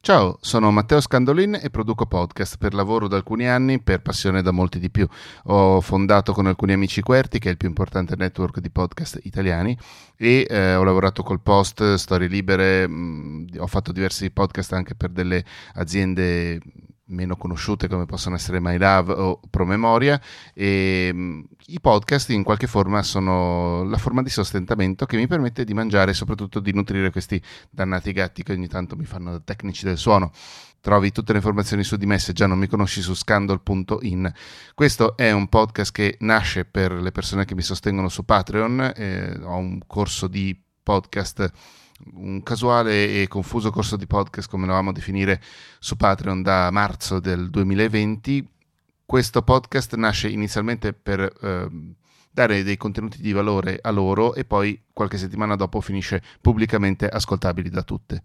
Ciao, sono Matteo Scandolin e produco podcast per lavoro da alcuni anni, per passione da molti di più. Ho fondato con alcuni amici Querti, che è il più importante network di podcast italiani, e ho lavorato col Post, Storie Libere, ho fatto diversi podcast anche per delle aziende meno conosciute come possono essere MyLove o Promemoria, e i podcast in qualche forma sono la forma di sostentamento che mi permette di mangiare e soprattutto di nutrire questi dannati gatti che ogni tanto mi fanno da tecnici del suono. Trovi tutte le informazioni su di me, se già non mi conosci, su scandal.in. Questo è un podcast che nasce per le persone che mi sostengono su Patreon. Ho un corso di podcast, un casuale e confuso corso di podcast, come lo amo definire, su Patreon da marzo del 2020. Questo podcast nasce inizialmente per dare dei contenuti di valore a loro e poi qualche settimana dopo finisce pubblicamente ascoltabili da tutte.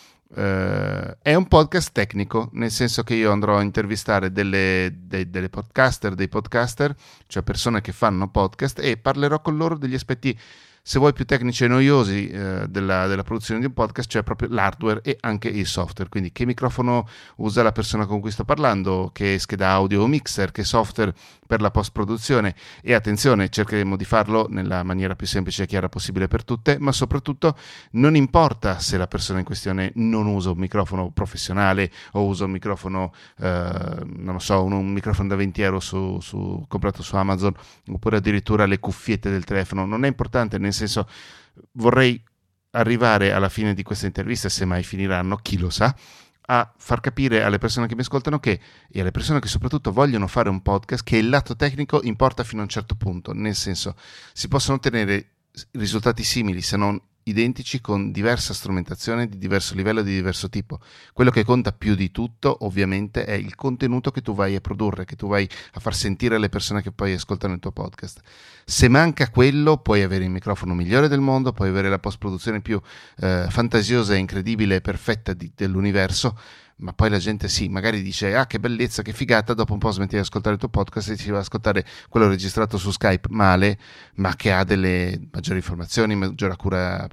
È un podcast tecnico, nel senso che io andrò a intervistare delle podcaster, dei podcaster, cioè persone che fanno podcast, e parlerò con loro degli aspetti, se vuoi, più tecnici e noiosi della produzione di un podcast, cioè proprio l'hardware e anche il software. Quindi che microfono usa la persona con cui sto parlando, che scheda audio o mixer, che software per la post-produzione, e attenzione, cercheremo di farlo nella maniera più semplice e chiara possibile per tutte, ma soprattutto non importa se la persona in questione non usa un microfono professionale o usa un microfono, non lo so, un microfono da 20 euro comprato su Amazon, oppure addirittura le cuffiette del telefono. Non è importante, nel senso, vorrei arrivare alla fine di questa intervista, se mai finiranno, chi lo sa, a far capire alle persone che mi ascoltano e alle persone che soprattutto vogliono fare un podcast, che il lato tecnico importa fino a un certo punto, nel senso, si possono ottenere risultati simili, se non identici, con diversa strumentazione di diverso livello e di diverso tipo. Quello che conta più di tutto ovviamente è il contenuto che tu vai a produrre, che tu vai a far sentire alle persone che poi ascoltano il tuo podcast. Se manca quello, puoi avere il microfono migliore del mondo, puoi avere la post-produzione più fantasiosa, incredibile e perfetta dell'universo, ma poi la gente magari dice: ah, che bellezza, che figata, dopo un po' smetti di ascoltare il tuo podcast e si va ad ascoltare quello registrato su Skype male, ma che ha delle maggiori informazioni, maggior cura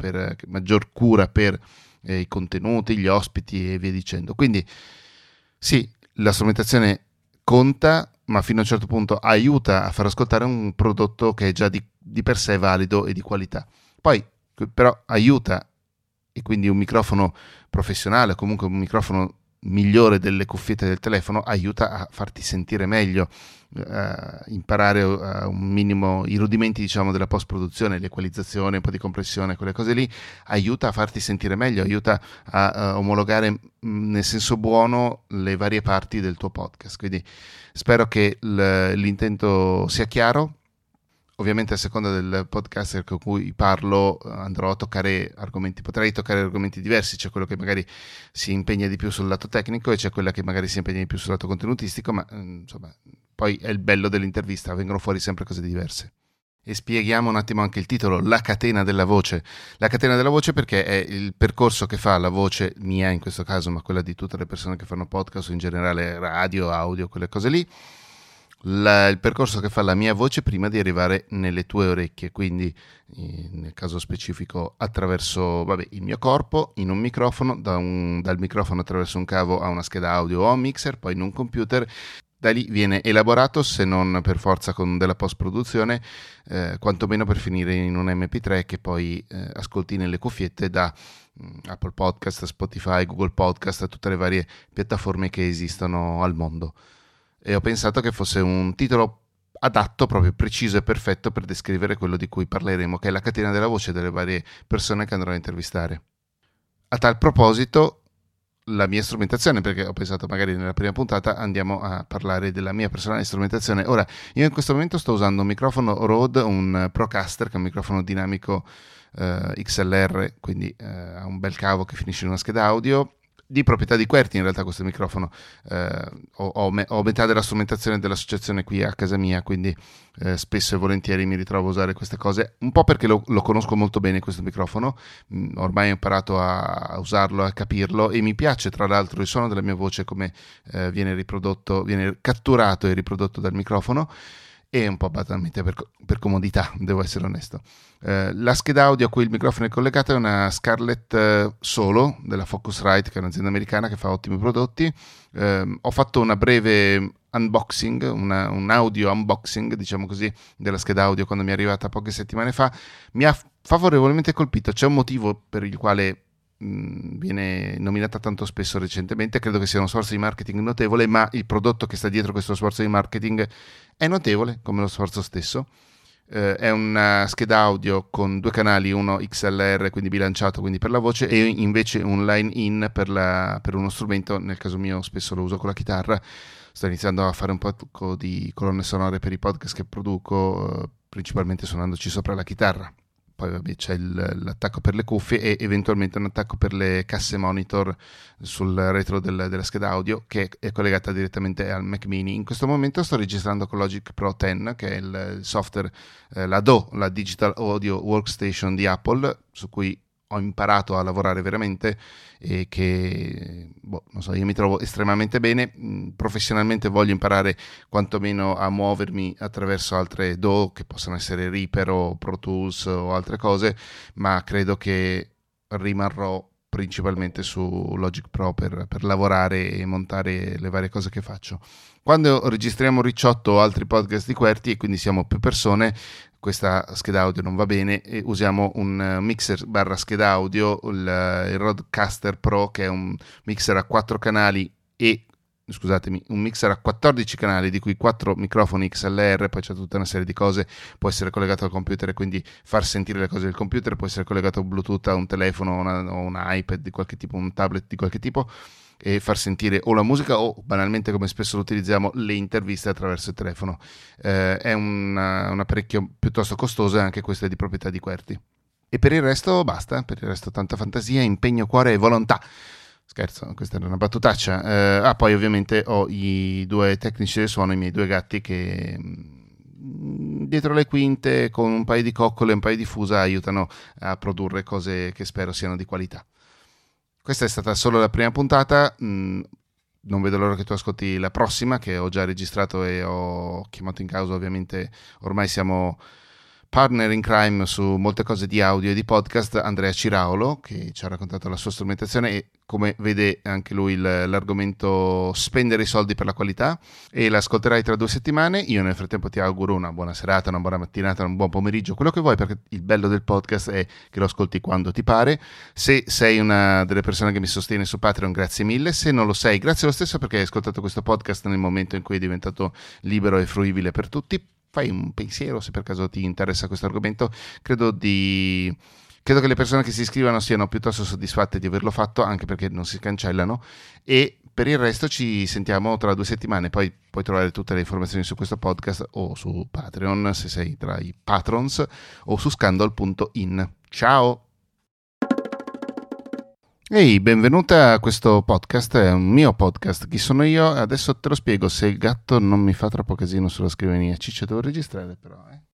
per i contenuti, gli ospiti e via dicendo. Quindi sì, la strumentazione conta, ma fino a un certo punto aiuta a far ascoltare un prodotto che è già di per sé valido e di qualità. Poi però aiuta, e quindi un microfono professionale, comunque un microfono migliore delle cuffiette del telefono, aiuta a farti sentire meglio, imparare un minimo i rudimenti, diciamo, della post produzione, l'equalizzazione, un po' di compressione, quelle cose lì, aiuta a farti sentire meglio, aiuta a omologare nel senso buono le varie parti del tuo podcast. Quindi spero che l'intento sia chiaro. Ovviamente a seconda del podcaster con cui parlo andrò a toccare potrei toccare argomenti diversi. C'è quello che magari si impegna di più sul lato tecnico e c'è quella che magari si impegna di più sul lato contenutistico, ma insomma, poi è il bello dell'intervista, vengono fuori sempre cose diverse. E spieghiamo un attimo anche il titolo, La catena della voce. La catena della voce perché è il percorso che fa la voce mia in questo caso, ma quella di tutte le persone che fanno podcast o in generale radio, audio, quelle cose lì. Il percorso che fa la mia voce prima di arrivare nelle tue orecchie, quindi nel caso specifico attraverso il mio corpo, in un microfono, dal microfono attraverso un cavo a una scheda audio o un mixer, poi in un computer. Da lì viene elaborato, se non per forza con della post-produzione, quantomeno per finire in un MP3 che poi ascolti nelle cuffiette da Apple Podcast, Spotify, Google Podcast, tutte le varie piattaforme che esistono al mondo. E ho pensato che fosse un titolo adatto, proprio preciso e perfetto per descrivere quello di cui parleremo, che è la catena della voce delle varie persone che andrò a intervistare. A tal proposito, la mia strumentazione, perché ho pensato magari nella prima puntata andiamo a parlare della mia personale strumentazione. Ora, io in questo momento sto usando un microfono Rode, un Procaster, che è un microfono dinamico XLR, quindi ha un bel cavo che finisce in una scheda audio, di proprietà di Querti in realtà questo microfono. Ho metà della strumentazione dell'associazione qui a casa mia, quindi spesso e volentieri mi ritrovo a usare queste cose, un po' perché lo conosco molto bene questo microfono, ormai ho imparato a usarlo, a capirlo, e mi piace tra l'altro il suono della mia voce, come viene catturato e riprodotto dal microfono, e un po' banalmente per comodità, devo essere onesto. La scheda audio a cui il microfono è collegato è una Scarlett Solo della Focusrite, che è un'azienda americana che fa ottimi prodotti. Ho fatto una breve unboxing, un audio unboxing, diciamo così, della scheda audio quando mi è arrivata poche settimane fa. Mi ha favorevolmente colpito. C'è un motivo per il quale viene nominata tanto spesso recentemente. Credo che sia uno sforzo di marketing notevole, ma il prodotto che sta dietro questo sforzo di marketing è notevole come lo sforzo stesso. È una scheda audio con 2 canali, uno XLR, quindi bilanciato, quindi per la voce, e invece un line-in per uno strumento. Nel caso mio spesso lo uso con la chitarra. Sto iniziando a fare un po' di colonne sonore per i podcast che produco, principalmente suonandoci sopra la chitarra. Poi vabbè, c'è l'attacco per le cuffie e eventualmente un attacco per le casse monitor sul retro della scheda audio, che è collegata direttamente al Mac Mini. In questo momento sto registrando con Logic Pro 10, che è il software, la Digital Audio Workstation di Apple, su cui ho imparato a lavorare veramente e che, non so, io mi trovo estremamente bene. Professionalmente voglio imparare quantomeno a muovermi attraverso altre DAW, che possono essere Reaper o Pro Tools o altre cose, ma credo che rimarrò principalmente su Logic Pro per lavorare e montare le varie cose che faccio. Quando registriamo Ricciotto o altri podcast di QWERTY, e quindi siamo più persone, questa scheda audio non va bene e usiamo un mixer barra scheda audio, il Rodecaster Pro, che è un mixer a 4 canali un mixer a 14 canali, di cui 4 microfoni XLR, poi c'è tutta una serie di cose. Può essere collegato al computer e quindi far sentire le cose del computer, può essere collegato a Bluetooth a un telefono o un iPad di qualche tipo, un tablet di qualche tipo, e far sentire o la musica o, banalmente, come spesso lo utilizziamo, le interviste attraverso il telefono. È un apparecchio piuttosto costoso e anche questo è di proprietà di QWERTY. E per il resto basta, per il resto tanta fantasia, impegno, cuore e volontà. Scherzo, questa era una battutaccia. Poi ovviamente ho i 2 tecnici del suono, i miei 2 gatti, che dietro le quinte con un paio di coccole e un paio di fusa aiutano a produrre cose che spero siano di qualità. Questa è stata solo la prima puntata, non vedo l'ora che tu ascolti la prossima, che ho già registrato e ho chiamato in causa. Ovviamente ormai siamo partner in crime su molte cose di audio e di podcast, Andrea Ciraolo, che ci ha raccontato la sua strumentazione e come vede anche lui l'argomento spendere i soldi per la qualità, e l'ascolterai tra 2 settimane. Io nel frattempo ti auguro una buona serata, una buona mattinata, un buon pomeriggio, quello che vuoi, perché il bello del podcast è che lo ascolti quando ti pare. Se sei una delle persone che mi sostiene su Patreon, grazie mille. Se non lo sei, grazie lo stesso, perché hai ascoltato questo podcast nel momento in cui è diventato libero e fruibile per tutti. Fai un pensiero se per caso ti interessa questo argomento. Credo che le persone che si iscrivano siano piuttosto soddisfatte di averlo fatto, anche perché non si cancellano. E per il resto ci sentiamo tra 2 settimane. Poi puoi trovare tutte le informazioni su questo podcast o su Patreon, se sei tra i patrons, o su scandal.in. Ciao! Ehi, benvenuta a questo podcast, è un mio podcast. Chi sono io? Adesso te lo spiego, se il gatto non mi fa troppo casino sulla scrivania. Ciccio, devo registrare però,